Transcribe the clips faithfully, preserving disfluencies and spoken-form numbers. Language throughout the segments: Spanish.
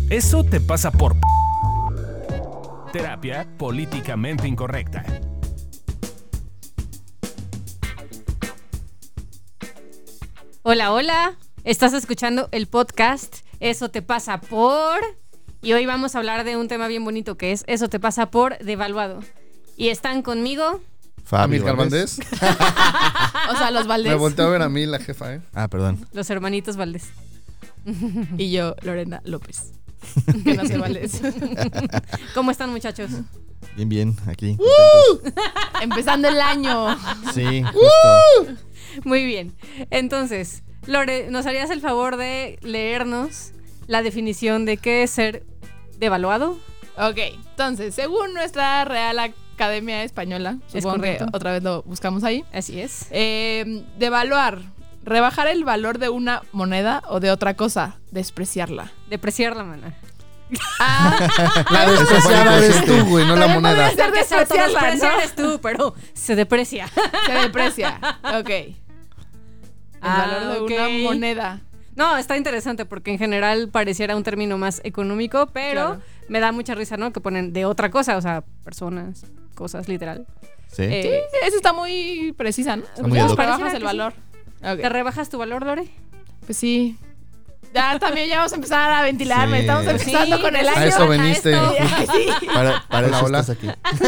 Eso te pasa por terapia políticamente incorrecta. Hola, hola. Estás escuchando el podcast Eso te pasa por... Y hoy vamos a hablar de un tema bien bonito que es Eso te pasa por devaluado. Y están conmigo... Fabio Valdés. O sea, los Valdés. Me volteó a ver a mí la jefa, ¿eh? Ah, perdón. Los hermanitos Valdés. Y yo, Lorena López. Que no sé Valdés. ¿Cómo están, muchachos? Bien, bien, aquí. ¡Uh! Empezando el año. Sí, justo. Muy bien. Entonces, Lore, ¿nos harías el favor de leernos la definición de qué es ser devaluado? Ok, entonces, según nuestra Real Academia Española, Es supongo que correcto. otra vez lo buscamos ahí. Así es. Eh, devaluar, rebajar el valor de una moneda o de otra cosa, despreciarla. Depreciar la mano. Ah, La despreciada eres tú, güey, no la También moneda. podría ser Porque se despreciarla, autodesprecia ¿no? eres tú, pero se deprecia. Se deprecia. Ok. El Ah, valor de ok. una moneda. No, está interesante porque en general pareciera un término más económico, pero Claro. me da mucha risa, ¿no? Que ponen de otra cosa, o sea, personas, cosas, literal. Sí. Eh, Eso está muy precisa, ¿no? muy Ya ad hoc. rebajas Pareciera el que valor. ¿Te Ok. rebajas tu valor, Lore? Pues sí. Ya también ya vamos a empezar a ventilarme. Sí. Estamos empezando Sí, con el a año. A eso veniste. esto. Sí. Para, para Hola, eso hola. estás aquí.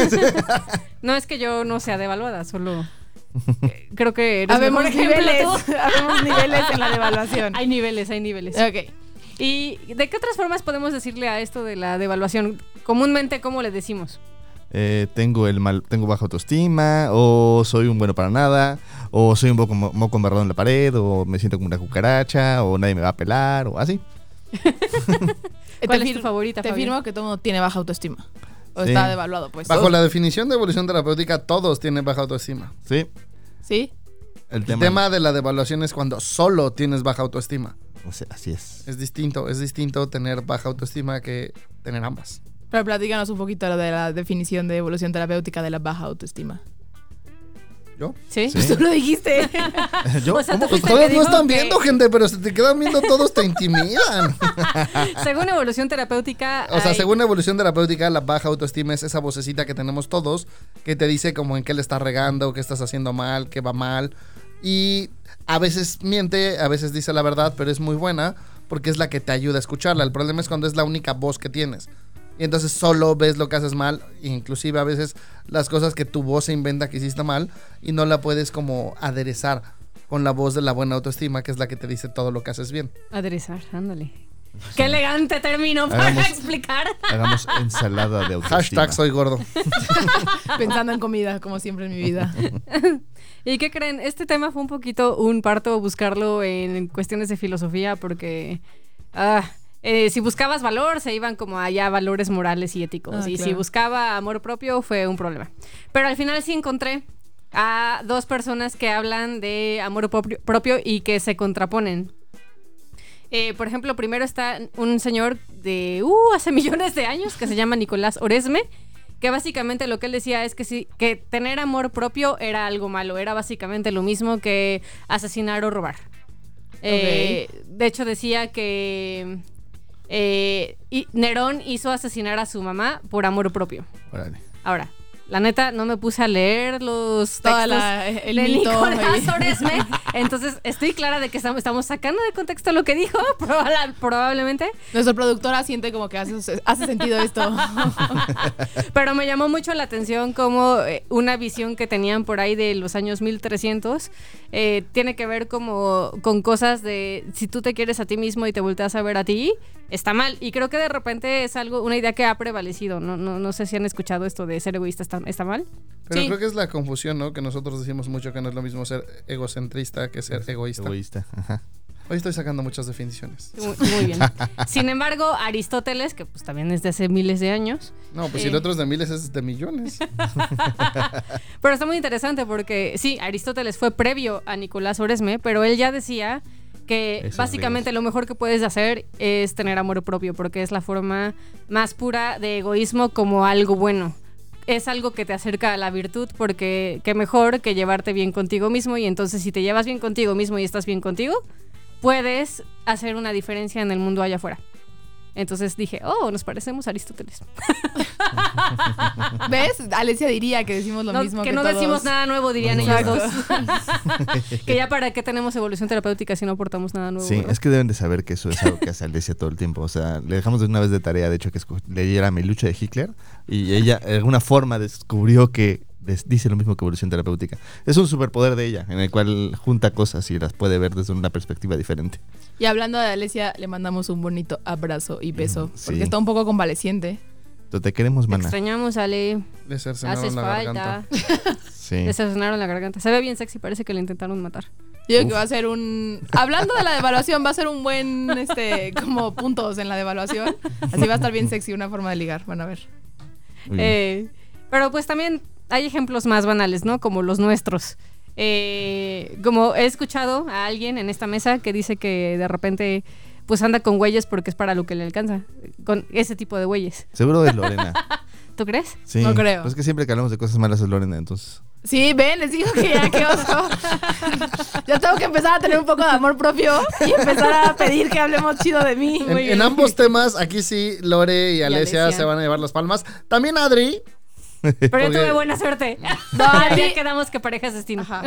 No es que yo no sea devaluada, solo eh, creo que eres Habemos mejor ejemplo niveles. tú. Habemos niveles en la devaluación. Hay niveles, hay niveles. Ok. ¿Y de qué otras formas podemos decirle a esto de la devaluación? Comúnmente, ¿cómo le decimos? Eh, tengo el mal, tengo baja autoestima, o soy un bueno para nada, o soy un poco mo- moco embarrado en la pared, o me siento como una cucaracha, o nadie me va a pelar, o así. ¿Cuál Te es tu fir- favorita, Te Fabián? firmo que todo el mundo tiene baja autoestima. O Sí. está devaluado, pues. Bajo la definición de evolución terapéutica, todos tienen baja autoestima. Sí. ¿Sí? El El tema. tema de la devaluación es cuando solo tienes baja autoestima. O sea, así es. Es distinto, es distinto tener baja autoestima que tener ambas. Pero platícanos un poquito lo de la definición de evolución terapéutica de la baja autoestima. ¿Yo? ¿Sí? Sí. Tú lo dijiste. Yo, O sea, ¿cómo? tú Pues fuiste- todos que no dijo están que- viendo, gente, pero si te quedan viendo todos te intimidan. Según evolución terapéutica... O sea, hay- según evolución terapéutica, la baja autoestima es esa vocecita que tenemos todos que te dice como en qué le estás regando, qué estás haciendo mal, qué va mal. Y a veces miente, a veces dice la verdad, pero es muy buena porque es la que te ayuda a escucharla. El problema es cuando es la única voz que tienes. Y entonces solo ves lo que haces mal, inclusive a veces las cosas que tu voz se inventa que hiciste mal y no la puedes como aderezar con la voz de la buena autoestima, que es la que te dice todo lo que haces bien. Aderezar, ándale. Qué elegante término para Hagamos- explicar. Hagamos ensalada de autoestima. Hashtag soy gordo. Pensando en comida, como siempre en mi vida. ¿Y qué creen? Este tema fue un poquito un parto buscarlo en cuestiones de filosofía porque ah, eh, si buscabas valor se iban como allá valores morales y éticos Ah, y claro. si buscaba amor propio fue un problema. Pero al final sí encontré a dos personas que hablan de amor propio, propio y que se contraponen. Eh, por ejemplo, primero está un señor de uh, hace millones de años que se llama Nicolás Oresme, que básicamente lo que él decía es que sí, que tener amor propio era algo malo, era básicamente lo mismo que asesinar o robar. Eh, de hecho decía que eh, y Nerón hizo asesinar a su mamá por amor propio. Órale. Ahora, la neta, no me puse a leer los Toda textos la- el de mito Nicolás y- Oresme. Entonces, estoy clara de que estamos, estamos sacando de contexto lo que dijo, proba- probablemente. Nuestra productora siente como que hace, hace sentido esto. Pero me llamó mucho la atención como eh, una visión que tenían por ahí de los años mil trescientos eh, tiene que ver como con cosas de si tú te quieres a ti mismo y te volteas a ver a ti, está mal. Y creo que de repente es algo, una idea que ha prevalecido. No, no, no sé si han escuchado esto de ser egoísta está, está mal. Pero Sí. creo que es la confusión, ¿no? Que nosotros decimos mucho que no es lo mismo ser egocentrista que ser egoísta. Egoísta. Ajá. Hoy estoy sacando muchas definiciones. Muy, muy bien. Sin embargo, Aristóteles, que pues también es de hace miles de años, No, pues si Eh. el otro es de miles, es de millones. pero está muy interesante porque sí, Aristóteles fue previo a Nicolás Oresme, pero él ya decía que Esos básicamente ríos. lo mejor que puedes hacer es tener amor propio, porque es la forma más pura de egoísmo como algo bueno. Es algo que te acerca a la virtud, porque qué mejor que llevarte bien contigo mismo, y entonces si te llevas bien contigo mismo y estás bien contigo, puedes hacer una diferencia en el mundo allá afuera. Entonces dije, oh, nos parecemos a Aristóteles. ¿Ves? Alesia diría que decimos lo No, mismo que, que no todos. decimos nada nuevo, dirían Exacto. ellos dos. Que ya para qué tenemos evolución terapéutica si no aportamos nada nuevo. Sí, ¿verdad? es que deben de saber que eso es algo que hace Alesia todo el tiempo. O sea, le dejamos de una vez de tarea, de hecho, que esco- leyera Mi lucha de Hitler. Y ella, de alguna forma, descubrió que des- dice lo mismo que evolución terapéutica. Es un superpoder de ella, en el cual junta cosas y las puede ver desde una perspectiva diferente. Y hablando de Alesia, le mandamos un bonito abrazo y beso. Sí. Porque está un poco convaleciente. Entonces, te queremos, Te mana. extrañamos, Ale. Le cercenaron Haces la falta. garganta. Sí. Le cercenaron la garganta. Se ve bien sexy, parece que le intentaron matar. Yo creo Uf. que va a ser un... Hablando de la devaluación, va a ser un buen, este, como puntos en la devaluación. Así va a estar bien sexy, una forma de ligar. Van a ver. Muy bien. Eh, pero pues también hay ejemplos más banales, ¿no? Como los nuestros. Eh, como he escuchado a alguien en esta mesa que dice que de repente pues anda con güeyes porque es para lo que le alcanza. Con ese tipo de güeyes. Seguro es Lorena. ¿Tú crees? Sí. No creo. Pues es que siempre que hablamos de cosas malas es Lorena, entonces. Sí, ven, les digo que ya, qué oso. Yo tengo que empezar a tener un poco de amor propio y empezar a pedir que hablemos chido de mí. En, en ambos temas, aquí sí, Lore y Alesia, Alesia. se van a llevar las palmas. También Adri. Pero yo Porque- tuve buena suerte. No, Ya, a ti- ya quedamos que parejas destino. Ajá.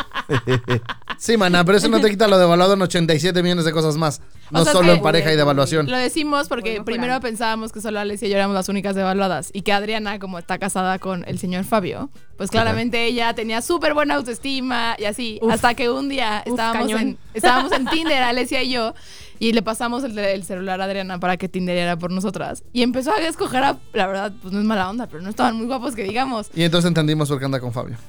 Sí, mana, pero eso no te quita lo devaluado en ochenta y siete millones de cosas más. No O sea, es solo que- en pareja y devaluación. Lo decimos porque Bueno, primero fuera. pensábamos que solo Alesia y yo éramos las únicas devaluadas y que Adriana, como está casada con el señor Fabio, pues claramente ella tenía súper buena autoestima y así. Uf. Hasta que un día Uf, estábamos, cañón. en, estábamos en Tinder, Alesia y yo, y le pasamos el, el celular a Adriana para que Tinderiera por nosotras. Y empezó a escoger a, la verdad, pues no es mala onda, pero no estaban muy guapos que digamos. Y entonces entendimos por qué anda con Fabio.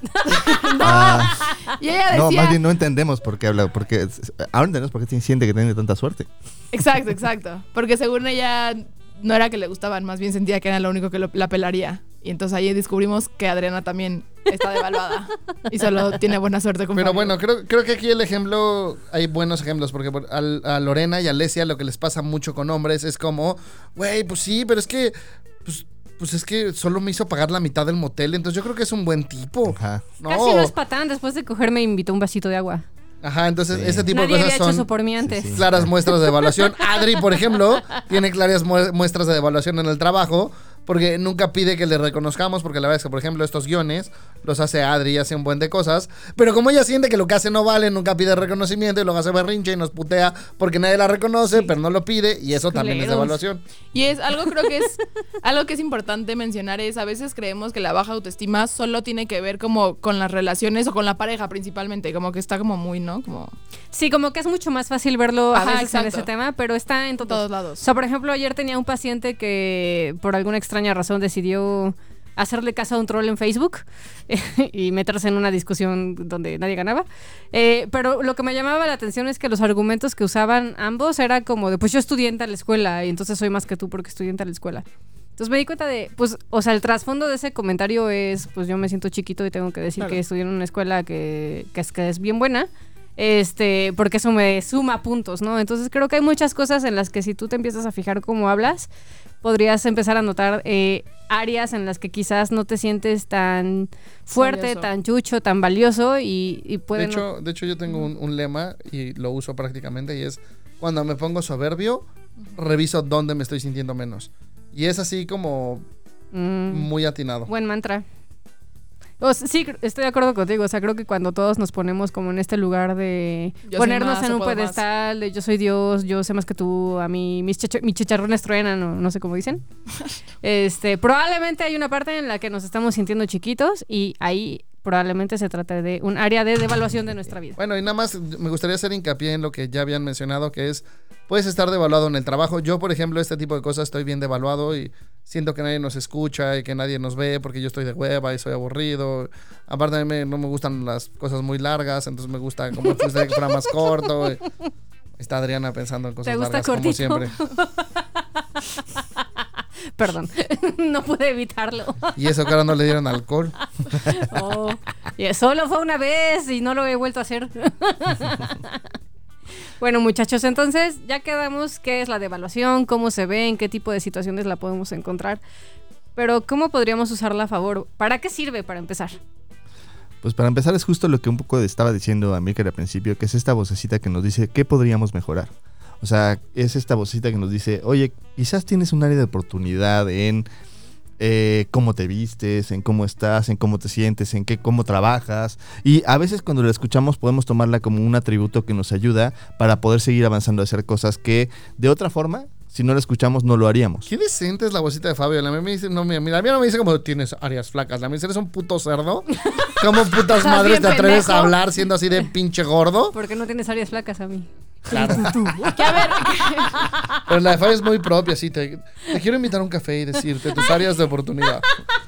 Ah, Y ella no, decía... más bien no entendemos por qué habla. Porque ahora entendemos por qué siente que tiene tanta suerte. Exacto, exacto. Porque según ella no era que le gustaban, más bien sentía que era lo único que lo- la pelaría. Y entonces ahí descubrimos que Adriana también está devaluada y solo tiene buena suerte con Pero Fabio. bueno, creo, creo que aquí el ejemplo, hay buenos ejemplos, porque por- al- a, Lorena y a Alesia lo que les pasa mucho con hombres es como, güey, pues sí, pero es que, pues, pues es que solo me hizo pagar la mitad del motel, entonces yo creo que es un buen tipo. Ajá. No. Casi no es patán. Después de coger me invitó un vasito de agua. Ajá, entonces Sí. ese tipo Nadie de había cosas hecho son eso por mí antes. Sí, sí. claras muestras de evaluación. Adri, por ejemplo, tiene claras mu- muestras de evaluación en el trabajo, porque nunca pide que le reconozcamos, porque la verdad es que, por ejemplo, estos guiones los hace Adri y hace un buen de cosas, pero como ella siente que lo que hace no vale, nunca pide reconocimiento y luego hace berrinche y nos putea porque nadie la reconoce, pero no lo pide, y eso también es de Culeros. evaluación. Y es algo, creo que es algo que es importante mencionar es a veces creemos que la baja autoestima solo tiene que ver como con las relaciones o con la pareja principalmente, como que está como muy, ¿no? Como Sí, como que es mucho más fácil verlo a Ajá, veces en exacto. ese tema, pero está en en todos. todos O lados. sea, por ejemplo, ayer tenía un paciente que por alguna extraña razón decidió hacerle caso a un troll en Facebook y meterse en una discusión donde nadie ganaba. Eh, pero lo que me llamaba la atención es que los argumentos que usaban ambos era como de, pues yo estudié en tal escuela y entonces soy más que tú porque estudié en tal escuela. Entonces me di cuenta de, pues, o sea, el trasfondo de ese comentario es, pues yo me siento chiquito y tengo que decir Claro. que estudié en una escuela que, que, es, que es bien buena. Este, porque eso me suma puntos, ¿no? Entonces creo que hay muchas cosas en las que si tú te empiezas a fijar cómo hablas, podrías empezar a notar eh, áreas en las que quizás no te sientes tan fuerte, Valioso. tan chucho, tan valioso y, y De pueden... hecho, de hecho, yo tengo un, un lema y lo uso prácticamente y es, cuando me pongo soberbio, reviso dónde me estoy sintiendo menos. Y es así como Mm, muy atinado. buen mantra. O sea, sí, cr- estoy de acuerdo contigo. O sea, creo que cuando todos nos ponemos como en este lugar de Yo soy ponernos más, en o un puedo pedestal, de yo soy Dios, yo sé más que tú, a mí mis, chicha- mis chicharrones truenan, o no sé cómo dicen. este, probablemente hay una parte en la que nos estamos sintiendo chiquitos y ahí probablemente se trata de un área de devaluación de nuestra vida. Bueno, y nada más me gustaría hacer hincapié en lo que ya habían mencionado, que es, puedes estar devaluado en el trabajo. Yo, por ejemplo, este tipo de cosas estoy bien devaluado y siento que nadie nos escucha y que nadie nos ve porque yo estoy de hueva y soy aburrido. Aparte a mí no me gustan las cosas muy largas, entonces me gusta como que fuera más corto. Y está Adriana pensando en cosas ¿Te gusta largas como cortito? siempre. Perdón, no pude evitarlo. Y eso que ahora no le dieron alcohol. Oh, y solo fue una vez y no lo he vuelto a hacer. Bueno, muchachos, entonces ya quedamos qué es la devaluación, cómo se ve, en qué tipo de situaciones la podemos encontrar. Pero ¿cómo podríamos usarla a favor? ¿Para qué sirve para empezar? Pues para empezar es justo lo que un poco estaba diciendo Amílcar al principio, que es esta vocecita que nos dice qué podríamos mejorar. O sea, es esta vocecita que nos dice, oye, quizás tienes un área de oportunidad en eh, cómo te vistes, en cómo estás, en cómo te sientes, en qué, cómo trabajas. Y a veces cuando la escuchamos podemos tomarla como un atributo que nos ayuda para poder seguir avanzando a hacer cosas que de otra forma, si no la escuchamos, no lo haríamos. Qué decente es la vocita de Fabio. La mía me dice, no, mira, mira, a mí no me dice como tienes áreas flacas. La mía dice, eres un puto cerdo. ¿Cómo putas Estás madres bien te atreves pendejo. a hablar siendo así de pinche gordo? ¿Por qué no tienes áreas flacas a mí? Claro. Que a ver, Pero la de Fabio es muy propia, sí. Te, te quiero invitar a un café y decirte tus áreas de oportunidad.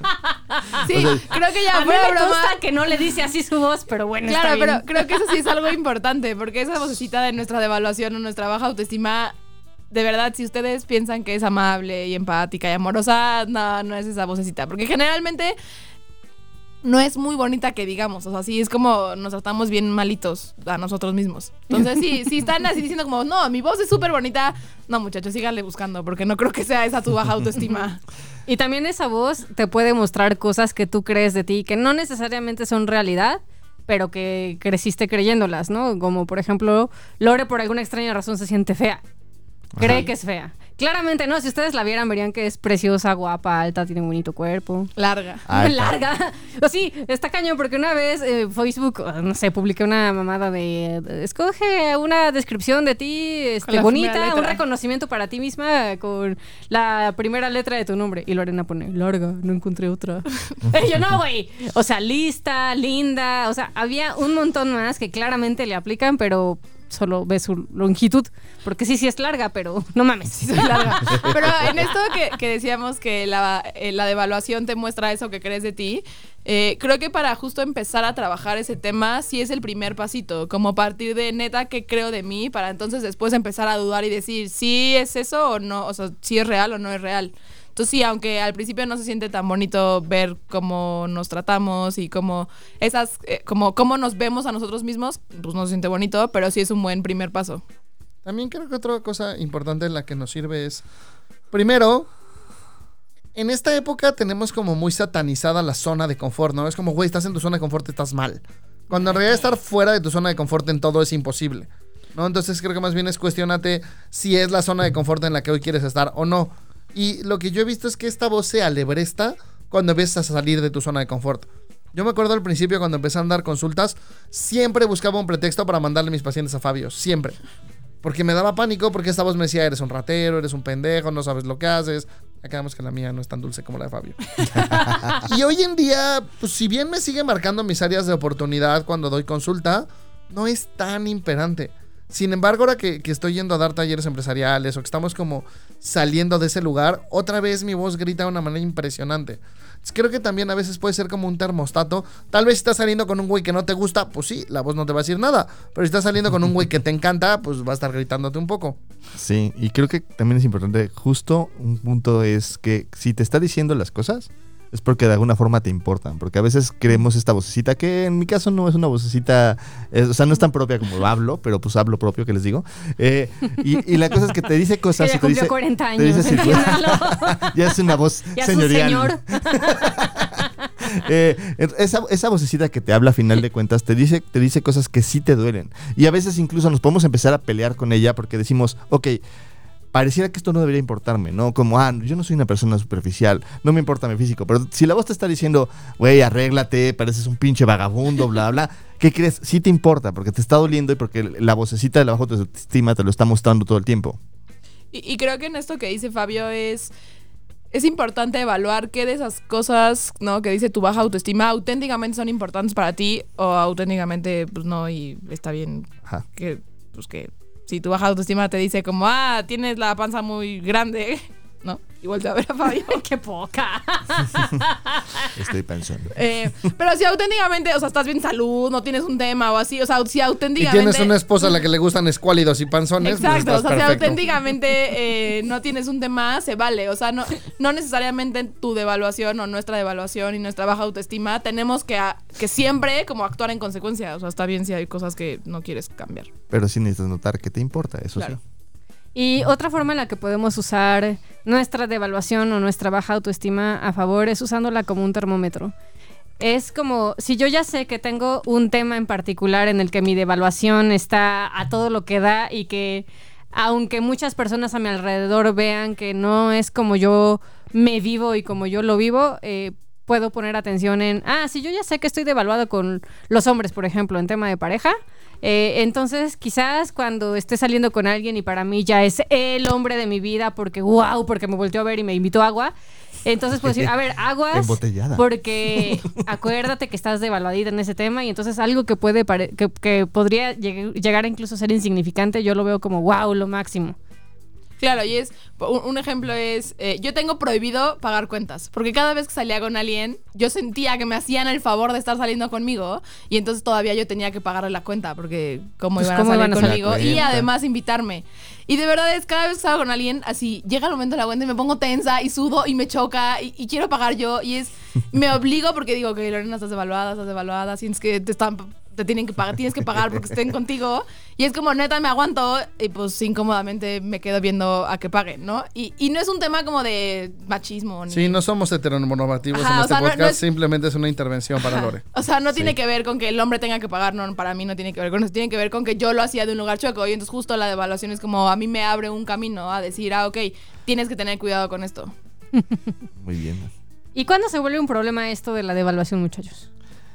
sí, creo que ya A mí fuera me broma. gusta que no le dice así su voz, pero bueno, Claro, está bien. pero creo que eso sí es algo importante, porque esa vocecita de nuestra devaluación o nuestra baja autoestima, de verdad, si ustedes piensan que es amable y empática y amorosa, no, no es esa vocecita, porque generalmente no es muy bonita que digamos, o sea, sí es como nos tratamos bien malitos a nosotros mismos. Entonces, sí, si están así diciendo como, no, mi voz es súper bonita, no, muchachos, síganle buscando, porque no creo que sea esa tu baja autoestima. Y también esa voz te puede mostrar cosas que tú crees de ti, que no necesariamente son realidad, pero que creciste creyéndolas, ¿no? Como, por ejemplo, Lore por alguna extraña razón se siente fea. Cree Ajá. que es fea. Claramente no, si ustedes la vieran verían que es preciosa, guapa, alta, tiene un bonito cuerpo. Larga. Alta. Larga. O sí, está cañón porque una vez eh, Facebook, no sé, publiqué una mamada de, de escoge una descripción de ti este, la primera bonita, letra. un reconocimiento para ti misma con la primera letra de tu nombre. Y Lorena pone, larga, no encontré otra. Y yo, no, güey. O sea, lista, linda. O sea, había un montón más que claramente le aplican, pero solo ve su longitud. Porque sí, sí es larga, pero no mames. Sí, soy larga. Pero en esto que, que decíamos que la, eh, la devaluación te muestra eso que crees de ti, eh, creo que para justo empezar a trabajar ese tema, sí es el primer pasito, como partir de neta qué creo de mí, para entonces después empezar a dudar y decir si es eso o no, o sea, si es real o no es real. Entonces sí, aunque al principio no se siente tan bonito ver cómo nos tratamos y cómo esas, eh, como cómo nos vemos a nosotros mismos, pues no se siente bonito, pero sí es un buen primer paso. También creo que otra cosa importante en la que nos sirve es, primero, en esta época tenemos como muy satanizada la zona de confort, ¿no? Es como, güey, estás en tu zona de confort, estás mal. Cuando en realidad estar fuera de tu zona de confort en todo es imposible, ¿no? Entonces creo que más bien es cuestionate si es la zona de confort en la que hoy quieres estar o no. Y lo que yo he visto es que esta voz se alebresta cuando empiezas a salir de tu zona de confort. Yo me acuerdo al principio cuando empecé a dar consultas, siempre buscaba un pretexto para mandarle mis pacientes a Fabio, siempre. Porque me daba pánico, porque esta voz me decía, eres un ratero, eres un pendejo, no sabes lo que haces. Acabamos que la mía no es tan dulce como la de Fabio. Y hoy en día, pues si bien me sigue marcando mis áreas de oportunidad cuando doy consulta, no es tan imperante. Sin embargo, ahora que, que estoy yendo a dar talleres empresariales o que estamos como saliendo de ese lugar, otra vez mi voz grita de una manera impresionante. Entonces, creo que también a veces puede ser como un termostato. Tal vez si estás saliendo con un güey que no te gusta, pues sí, la voz no te va a decir nada. Pero si estás saliendo con un güey que te encanta, pues va a estar gritándote un poco. Sí, y creo que también es importante, justo un punto es que si te está diciendo las cosas, es porque de alguna forma te importan, porque a veces creemos esta vocecita, que en mi caso no es una vocecita, es, o sea, no es tan propia como hablo, pero pues hablo propio, que les digo. Eh, y, y la cosa es que te dice cosas... Que ya y te cumplió dice, cuarenta te años, dice, entiéndanlo. ya es una voz Ya es un señorial. señor. Eh, esa, esa vocecita que te habla a final de cuentas te dice, te dice cosas que sí te duelen. Y a veces incluso nos podemos empezar a pelear con ella porque decimos, ok, pareciera que esto no debería importarme, ¿no? Como, ah, yo no soy una persona superficial, no me importa mi físico. Pero si la voz te está diciendo, güey, arréglate, pareces un pinche vagabundo, bla, bla, ¿qué crees? Sí te importa porque te está doliendo y porque la vocecita de la baja autoestima te lo está mostrando todo el tiempo. Y, y creo que en esto que dice Fabio es... Es importante evaluar qué de esas cosas, ¿no?, que dice tu baja autoestima auténticamente son importantes para ti o auténticamente, pues no, y está bien. Ajá. Que, pues que si tu baja autoestima te dice como, ah, tienes la panza muy grande, ¿no? Y vuelve a ver a Fabio. ¡Qué poca! Estoy pensando. Eh, pero si auténticamente, o sea, estás bien salud, no tienes un tema o así, o sea, si Y auténticamente... tienes una esposa a la que le gustan escuálidos y panzones, pues Exacto, o estás sea, si perfecto. auténticamente eh, no tienes un tema, se vale. O sea, no, no necesariamente tu devaluación o nuestra devaluación y nuestra baja autoestima tenemos que, a- que siempre como actuar en consecuencia. O sea, está bien si hay cosas que no quieres cambiar. Pero sí necesitas notar que te importa, eso Claro. sí. Y otra forma en la que podemos usar nuestra devaluación o nuestra baja autoestima a favor es usándola como un termómetro. Es como, si yo ya sé que tengo un tema en particular en el que mi devaluación está a todo lo que da y que aunque muchas personas a mi alrededor vean que no es como yo me vivo y como yo lo vivo, eh, puedo poner atención en, ah, si yo ya sé que estoy devaluado con los hombres, por ejemplo, en tema de pareja, eh, entonces quizás cuando esté saliendo con alguien y para mí ya es el hombre de mi vida porque wow, porque me volteó a ver y me invitó agua, entonces puedo decir, a ver, aguas, embotellada, porque acuérdate que estás devaluadita en ese tema y entonces algo que puede pare- que, que podría lleg- llegar a incluso ser insignificante, yo lo veo como wow, lo máximo. Claro, y es, un, un ejemplo es, eh, yo tengo prohibido pagar cuentas, porque cada vez que salía con alguien, yo sentía que me hacían el favor de estar saliendo conmigo, y entonces todavía yo tenía que pagarle la cuenta, porque cómo Pues, iban ¿cómo a salir iban a salir? conmigo, La y cuenta. además invitarme. Y de verdad es, cada vez que salgo con alguien, así, llega el momento de la cuenta y me pongo tensa, y sudo, y me choca, y, y quiero pagar yo, y es, me obligo porque digo, que Lorena, estás devaluada, estás devaluada, sientes que te están... te tienen que pagar, tienes que pagar porque estén contigo, y es como neta me aguanto y pues incómodamente me quedo viendo a que paguen, ¿no? Y, y no es un tema como de machismo ni... Sí, no somos heteronormativos Ajá, en o este sea, no- podcast, no es- simplemente es una intervención para Lore. O sea, no tiene Sí. que ver con que el hombre tenga que pagar, no, para mí no tiene que ver con eso, tiene que ver con que yo lo hacía de un lugar chueco y entonces justo la devaluación es como a mí me abre un camino a decir, ah, ok, tienes que tener cuidado con esto. Muy bien. ¿Y cuándo se vuelve un problema esto de la devaluación, muchachos?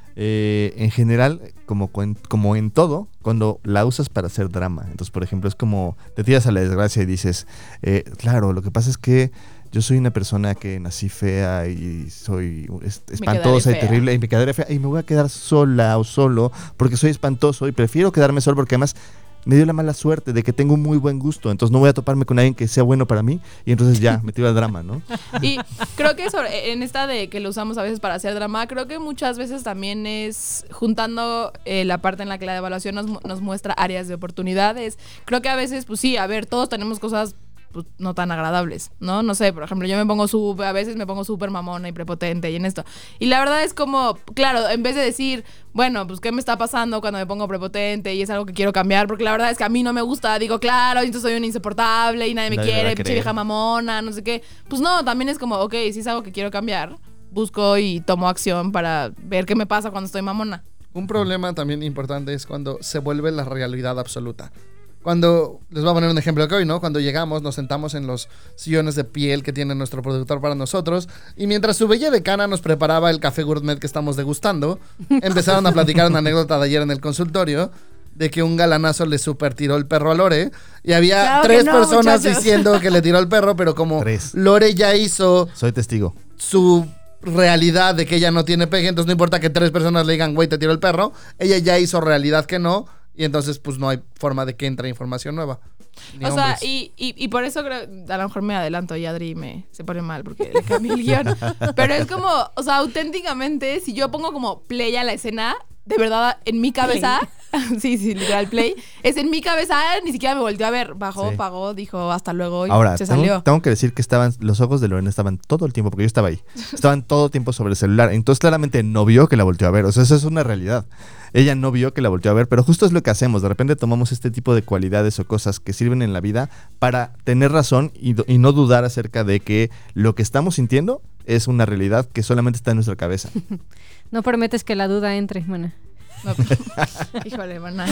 Eh, en general, como, cuen- como en todo, cuando la usas para hacer drama. Entonces, por ejemplo, es como te tiras a la desgracia y dices, eh, claro, lo que pasa es que yo soy una persona que nací fea y soy es- espantosa y fea. terrible y me quedaré fea y me voy a quedar sola o solo porque soy espantoso y prefiero quedarme solo porque además me dio la mala suerte de que tengo un muy buen gusto, entonces no voy a toparme con alguien que sea bueno para mí y entonces ya, me tiro al drama, ¿no? Y creo que sobre, en esta de que lo usamos a veces para hacer drama, creo que muchas veces también es juntando eh, la parte en la que la devaluación nos, mu- nos muestra áreas de oportunidades. Creo que a veces, pues sí, a ver, todos tenemos cosas pues, no tan agradables, ¿no? No sé, por ejemplo, yo me pongo súper, a veces me pongo súper mamona y prepotente y en esto. Y la verdad es como, claro, en vez de decir, bueno, pues qué me está pasando cuando me pongo prepotente y es algo que quiero cambiar, porque la verdad es que a mí no me gusta, digo, claro, entonces soy un insoportable y nadie me Nadie me va a quiere, pinche querer. vieja mamona, no sé qué. Pues no, también es como, ok, si es algo que quiero cambiar, busco y tomo acción para ver qué me pasa cuando estoy mamona. Un problema también importante es cuando se vuelve la realidad absoluta. Cuando, les voy a poner un ejemplo que hoy, ¿no? Cuando llegamos, nos sentamos en los sillones de piel que tiene nuestro productor para nosotros, y mientras su bella decana nos preparaba el café gourmet que estamos degustando, empezaron a platicar una anécdota de ayer en el consultorio, de que un galanazo le super tiró el perro a Lore, y había Claro que tres no, personas muchachos. diciendo que le tiró el perro, pero como Tres. Lore ya hizo Soy testigo. su realidad de que ella no tiene pegue, entonces no importa que tres personas le digan, güey, te tiró el perro, ella ya hizo realidad que no, y entonces pues no hay forma de que entre información nueva. Ni O sea, hombres. y, y, y por eso creo, a lo mejor me adelanto y Adri me se pone mal porque le cambié el guión. Pero es como, o sea, auténticamente, si yo pongo como play a la escena, de verdad, en mi cabeza, sí, sí, literal play, es en mi cabeza, ni siquiera me volteó a ver, bajó, Sí. pagó, dijo hasta luego y Ahora, se tengo, salió. tengo que decir que estaban los ojos de Lorena estaban todo el tiempo, porque yo estaba ahí, estaban todo el tiempo sobre el celular. Entonces claramente no vio que la volteó a ver. O sea, eso es una realidad. Ella no vio que la volteó a ver, pero justo es lo que hacemos. De repente tomamos este tipo de cualidades o cosas que sirven en la vida para tener razón y, do- y no dudar acerca de que lo que estamos sintiendo es una realidad que solamente está en nuestra cabeza. No permites que la duda entre, mana. No, híjole, maná.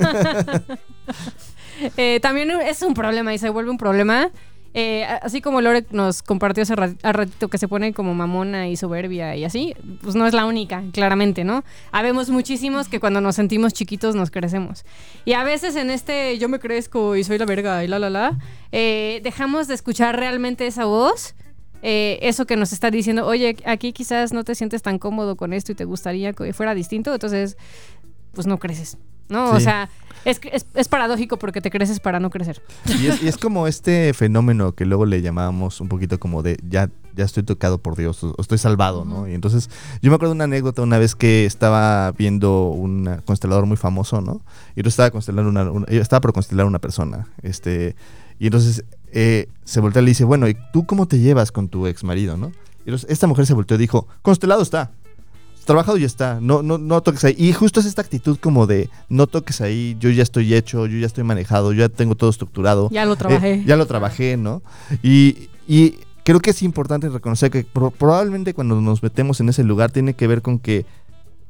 Eh, también es un problema y se vuelve un problema. Eh, así como Lore nos compartió hace rat- a ratito que se pone como mamona y soberbia y así, pues no es la única, claramente, ¿no? Habemos muchísimos que cuando nos sentimos chiquitos nos crecemos. Y a veces en este yo me crezco y soy la verga y la la la, eh, dejamos de escuchar realmente esa voz. Eh, eso que nos está diciendo, oye, aquí quizás no te sientes tan cómodo con esto y te gustaría que fuera distinto, entonces, pues no creces, ¿no? Sí. O sea, es, es, es paradójico porque te creces para no crecer. Y es, y es como este fenómeno que luego le llamábamos un poquito como de ya, ya estoy tocado por Dios, o, o estoy salvado, ¿no? Y entonces yo me acuerdo de una anécdota una vez que estaba viendo un constelador muy famoso, ¿no? Y yo estaba constelando una, una- yo estaba por constelar una persona, este, y entonces eh, se voltea y le dice, bueno, ¿y tú cómo te llevas con tu ex marido, no? Y entonces esta mujer se volteó y dijo, constelado está. Trabajado ya está, no, no, no toques ahí. Y justo es esta actitud como de no toques ahí, yo ya estoy hecho, yo ya estoy manejado, yo ya tengo todo estructurado. Ya lo trabajé. Eh, ya lo trabajé, ¿no? Y, y creo que es importante reconocer que pro- probablemente cuando nos metemos en ese lugar tiene que ver con que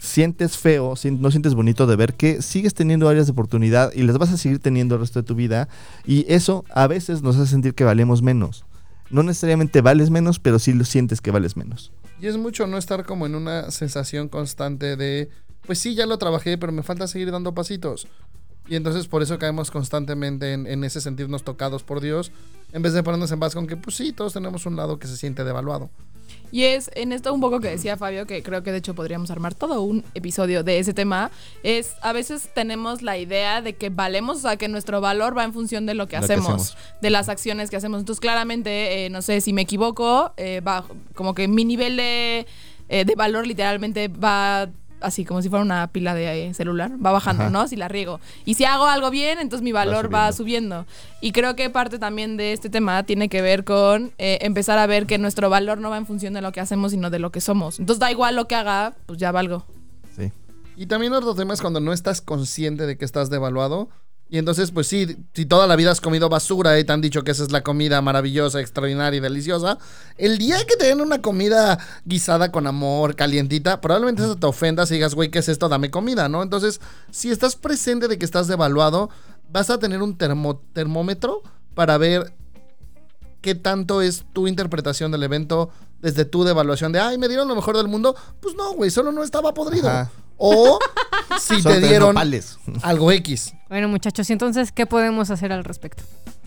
sientes feo, si- no sientes bonito de ver que sigues teniendo áreas de oportunidad y las vas a seguir teniendo el resto de tu vida, y eso a veces nos hace sentir que valemos menos. No necesariamente vales menos, pero sí lo sientes que vales menos. Y es mucho no estar como en una sensación constante de, pues sí, ya lo trabajé, pero me falta seguir dando pasitos. Y entonces por eso caemos constantemente en, en ese sentirnos tocados por Dios, en vez de ponernos en paz con que, pues sí, todos tenemos un lado que se siente devaluado. Y es en esto un poco que decía Fabio, que creo que de hecho podríamos armar todo un episodio de ese tema, es a veces tenemos la idea de que valemos, o sea, que nuestro valor va en función de lo que, Lo que hacemos, hacemos. de las acciones que hacemos. Entonces claramente, eh, no sé, si me equivoco, eh, va, como que mi nivel de, eh, de valor literalmente va así como si fuera una pila de eh, celular, va bajando, Ajá. ¿no? Si la riego. Y si hago algo bien, entonces mi valor va subiendo. subiendo. Y creo que parte también de este tema tiene que ver con eh, empezar a ver que nuestro valor no va en función de lo que hacemos, sino de lo que somos. Entonces da igual lo que haga, pues ya valgo. Sí. Y también otro tema es cuando no estás consciente de que estás devaluado. Y entonces, pues sí, si toda la vida has comido basura y te han dicho que esa es la comida maravillosa, extraordinaria y deliciosa, el día que te den una comida guisada con amor, calientita, probablemente eso te ofendas y digas, güey, ¿qué es esto? Dame comida, ¿no? Entonces, si estás presente de que estás devaluado, vas a tener un termo- termómetro para ver qué tanto es tu interpretación del evento desde tu devaluación de, ay, me dieron lo mejor del mundo. Pues no, güey, solo no estaba podrido. Ajá. O si Son te tres dieron nopales. algo X. Bueno, muchachos, entonces, ¿qué podemos hacer al respecto?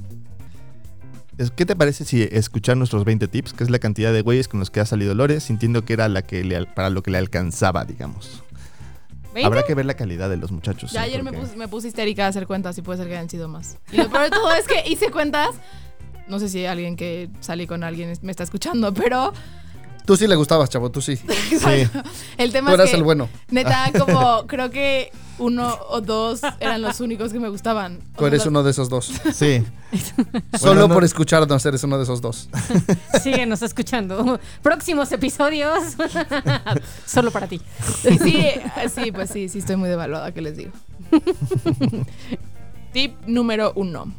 Es- ¿Qué te parece si escuchar nuestros veinte tips, que es la cantidad de güeyes con los que ha salido Lore, sintiendo que era la que le, al- para lo que le alcanzaba, digamos? ¿veinte? Habrá que ver la calidad de los muchachos. Ya ¿eh? ayer me Porque- puse, me puse histérica a hacer cuentas y puede ser que hayan sido más. Y lo peor de todo es que hice cuentas. No sé si alguien que salí con alguien es- me está escuchando, pero Tú sí le gustabas, chavo, tú sí. Sí. el tema Tú es eras que el bueno. neta, como creo que uno o dos eran los únicos que me gustaban. O Tú eres sea, uno de esos dos. Sí. Solo Bueno, no- por escucharnos eres uno de esos dos. Síguenos escuchando. Próximos episodios. Solo para ti. Sí, sí, sí, pues sí, sí estoy muy devaluada, ¿qué les digo? Tip número uno.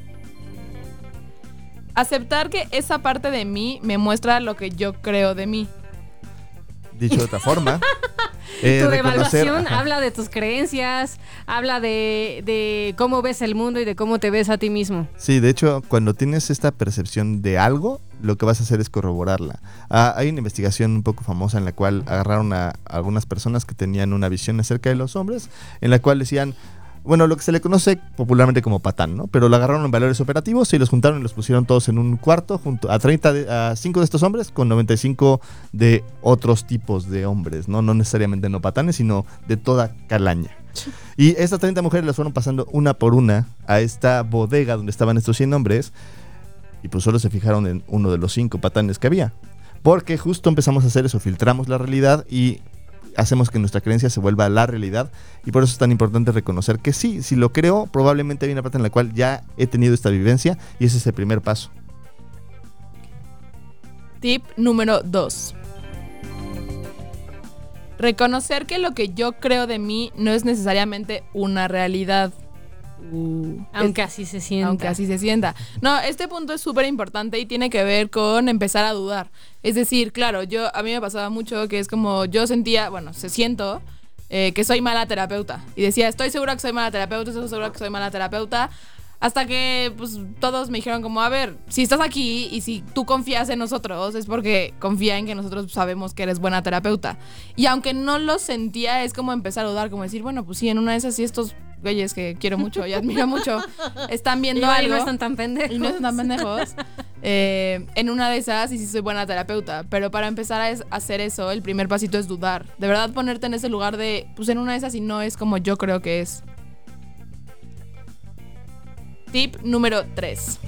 Aceptar que esa parte de mí me muestra lo que yo creo de mí. Dicho de otra forma. eh, Tu reconocer- devaluación ajá. habla de tus creencias, habla de, de cómo ves el mundo y de cómo te ves a ti mismo. Sí, de hecho, cuando tienes esta percepción de algo, lo que vas a hacer es corroborarla. Ah, hay una investigación un poco famosa en la cual agarraron a algunas personas que tenían una visión acerca de los hombres, en la cual decían, bueno, lo que se le conoce popularmente como patán, ¿no? Pero lo agarraron en valores operativos y los juntaron y los pusieron todos en un cuarto junto a treinta de, a cinco de estos hombres con noventa y cinco de otros tipos de hombres, ¿no? No necesariamente no patanes, sino de toda calaña. Y estas treinta mujeres las fueron pasando una por una a esta bodega donde estaban estos cien hombres y pues solo se fijaron en uno de los cinco patanes que había. Porque justo empezamos a hacer eso, filtramos la realidad y hacemos que nuestra creencia se vuelva la realidad, y por eso es tan importante reconocer que sí, si lo creo, probablemente hay una parte en la cual ya he tenido esta vivencia y ese es el primer paso. Tip número dos. Reconocer que lo que yo creo de mí no es necesariamente una realidad. Uh, Aunque es- así se sienta. Aunque así se sienta. No, este punto es súper importante y tiene que ver con empezar a dudar. Es decir, claro, yo a mí me pasaba mucho que es como yo sentía, bueno, se siento eh, que soy mala terapeuta. Y decía, estoy segura que soy mala terapeuta, estoy segura que soy mala terapeuta. Hasta que pues todos me dijeron como, a ver, si estás aquí y si tú confías en nosotros es porque confía en que nosotros sabemos que eres buena terapeuta. Y aunque no lo sentía, es como empezar a dudar, como decir, bueno, pues sí, en una de esas sí estos güeyes que quiero mucho y admiro mucho están viendo Igual algo. no están tan pendejos. Y no están tan pendejos. Eh, en una de esas, y sí soy buena terapeuta. Pero para empezar a es- hacer eso, el primer pasito es dudar. De verdad ponerte en ese lugar de, pues en una de esas y no es como yo creo que es. Tip número tres.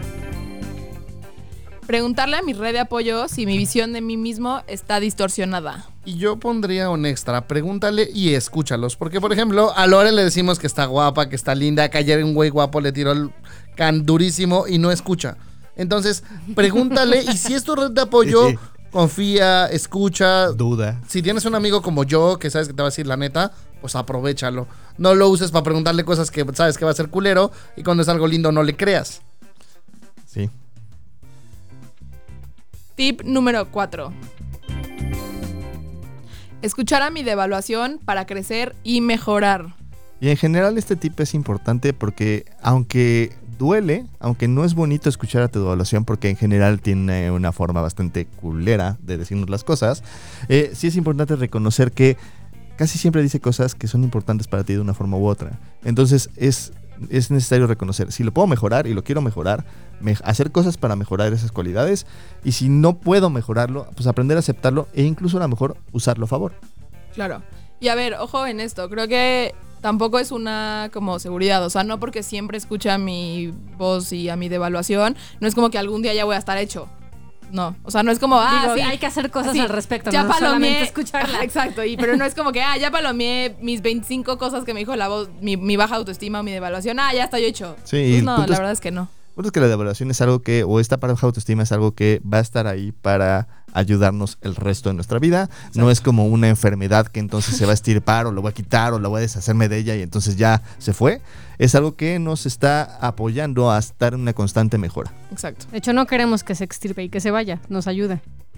Preguntarle a mi red de apoyo si mi visión de mí mismo está distorsionada. Y yo pondría un extra, pregúntale y escúchalos. Porque, por ejemplo, a Lore le decimos que está guapa, que está linda, que ayer un güey guapo le tiró el can durísimo y no escucha. Entonces, pregúntale y si es tu red de apoyo, Sí. confía, escucha. Duda. Si tienes un amigo como yo, que sabes que te va a decir la neta, pues aprovechalo. No lo uses para preguntarle cosas que sabes que va a ser culero y cuando es algo lindo no le creas. Sí. Tip número cuatro. Escuchar a mi devaluación para crecer y mejorar. Y en general este tip es importante porque aunque duele, aunque no es bonito escuchar a tu devaluación porque en general tiene una forma bastante culera de decirnos las cosas, eh, sí es importante reconocer que casi siempre dice cosas que son importantes para ti de una forma u otra. Entonces es, es necesario reconocer, si lo puedo mejorar y lo quiero mejorar, me, hacer cosas para mejorar esas cualidades, y si no puedo mejorarlo, pues aprender a aceptarlo e incluso a lo mejor usarlo a favor. Claro. Y a ver, ojo en esto, creo que tampoco es una como seguridad, o sea, no porque siempre escucha mi voz y a mi devaluación, no es como que algún día ya voy a estar hecho. No, o sea, no es como, ah, Digo, sí, hay que hacer cosas sí, al respecto, ya no palomeé, solamente escucharla. Ajá, exacto, y, pero no es como que, ah, ya palomeé mis veinticinco cosas que me dijo la voz, mi, mi baja autoestima o mi devaluación, ah, ya estoy hecho. Sí, Pues y el no, punto la es- verdad es que no. Bueno, es que la devaluación es algo que, o esta baja autoestima es algo que va a estar ahí para ayudarnos el resto de nuestra vida. Exacto. No es como una enfermedad que entonces se va a estirpar o lo voy a quitar o lo voy a deshacerme de ella y entonces ya se fue. Es algo que nos está apoyando a estar en una constante mejora. Exacto. De hecho, no queremos que se extirpe y que se vaya, nos ayuda.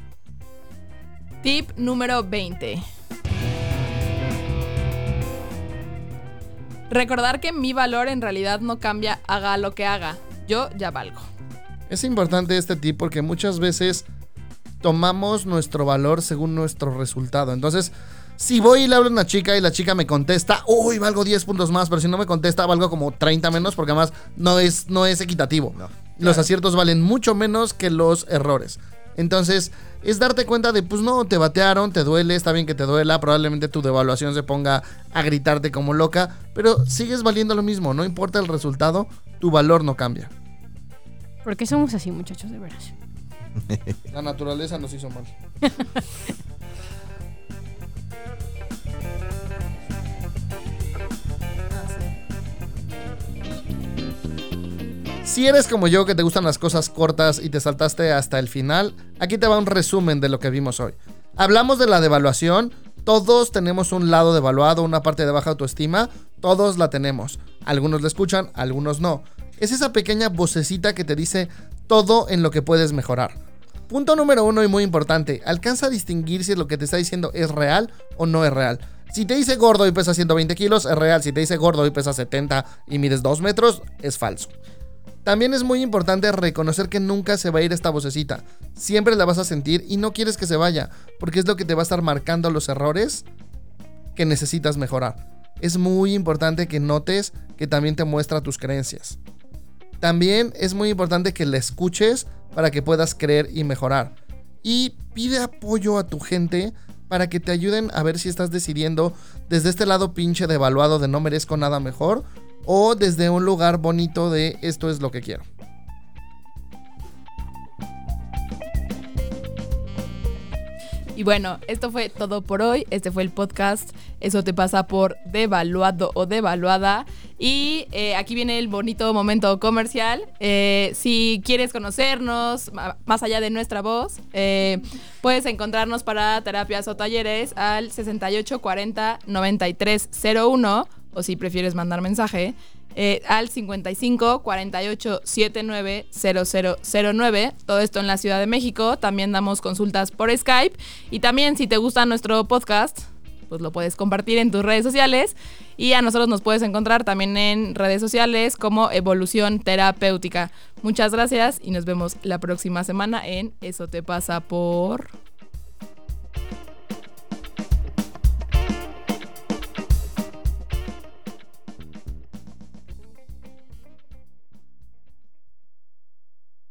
Tip número veinte. Recordar que mi valor en realidad no cambia, haga lo que haga. Yo ya valgo. Es importante este tip porque muchas veces tomamos nuestro valor según nuestro resultado. Entonces, si voy y le hablo a una chica y la chica me contesta, uy, valgo diez puntos más, pero si no me contesta, valgo como treinta menos, porque además no es, no es equitativo. No. Los aciertos valen mucho menos que los errores. Entonces, es darte cuenta de, pues no, te batearon, te duele, está bien que te duela, probablemente tu devaluación se ponga a gritarte como loca, pero sigues valiendo lo mismo, no importa el resultado, tu valor no cambia. ¿Por qué somos así, muchachos, de veras? La naturaleza nos hizo mal. Si eres como yo, que te gustan las cosas cortas y te saltaste hasta el final, aquí te va un resumen de lo que vimos hoy. Hablamos de la devaluación. Todos tenemos un lado devaluado, una parte de baja autoestima. Todos la tenemos. Algunos la escuchan, algunos no. Es esa pequeña vocecita que te dice todo en lo que puedes mejorar. Punto número uno y muy importante. Alcanza a distinguir si lo que te está diciendo es real o no es real. Si te dice gordo y pesa ciento veinte kilos, es real. Si te dice gordo y pesa setenta y mides dos metros, es falso. También es muy importante reconocer que nunca se va a ir esta vocecita. Siempre la vas a sentir y no quieres que se vaya, porque es lo que te va a estar marcando los errores que necesitas mejorar. Es muy importante que notes que también te muestra tus creencias. También es muy importante que la escuches para que puedas creer y mejorar. Y pide apoyo a tu gente para que te ayuden a ver si estás decidiendo desde este lado pinche devaluado de no merezco nada mejor, o desde un lugar bonito de esto es lo que quiero. Y bueno, esto fue todo por hoy. Este fue el podcast Eso te pasa por devaluado o devaluada. Y eh, aquí viene el bonito momento comercial. Eh, si quieres conocernos más allá de nuestra voz, eh, puedes encontrarnos para terapias o talleres al sesenta y ocho cuarenta noventa y tres cero uno, o si prefieres mandar mensaje, eh, al cincuenta y cinco cuarenta y ocho setenta y nueve cero cero cero nueve. Todo esto en la Ciudad de México. También damos consultas por Skype. Y también, si te gusta nuestro podcast, pues lo puedes compartir en tus redes sociales. Y a nosotros nos puedes encontrar también en redes sociales como Evolución Terapéutica. Muchas gracias y nos vemos la próxima semana en Eso te pasa por...